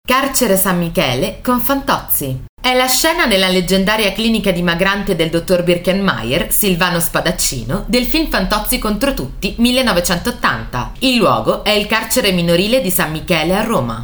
Carcere San Michele con Fantozzi. È la scena nella leggendaria clinica dimagrante del dottor Birkenmeier, Silvano Spadaccino, del film Fantozzi contro tutti 1980. Il luogo è il carcere minorile di San Michele a Roma.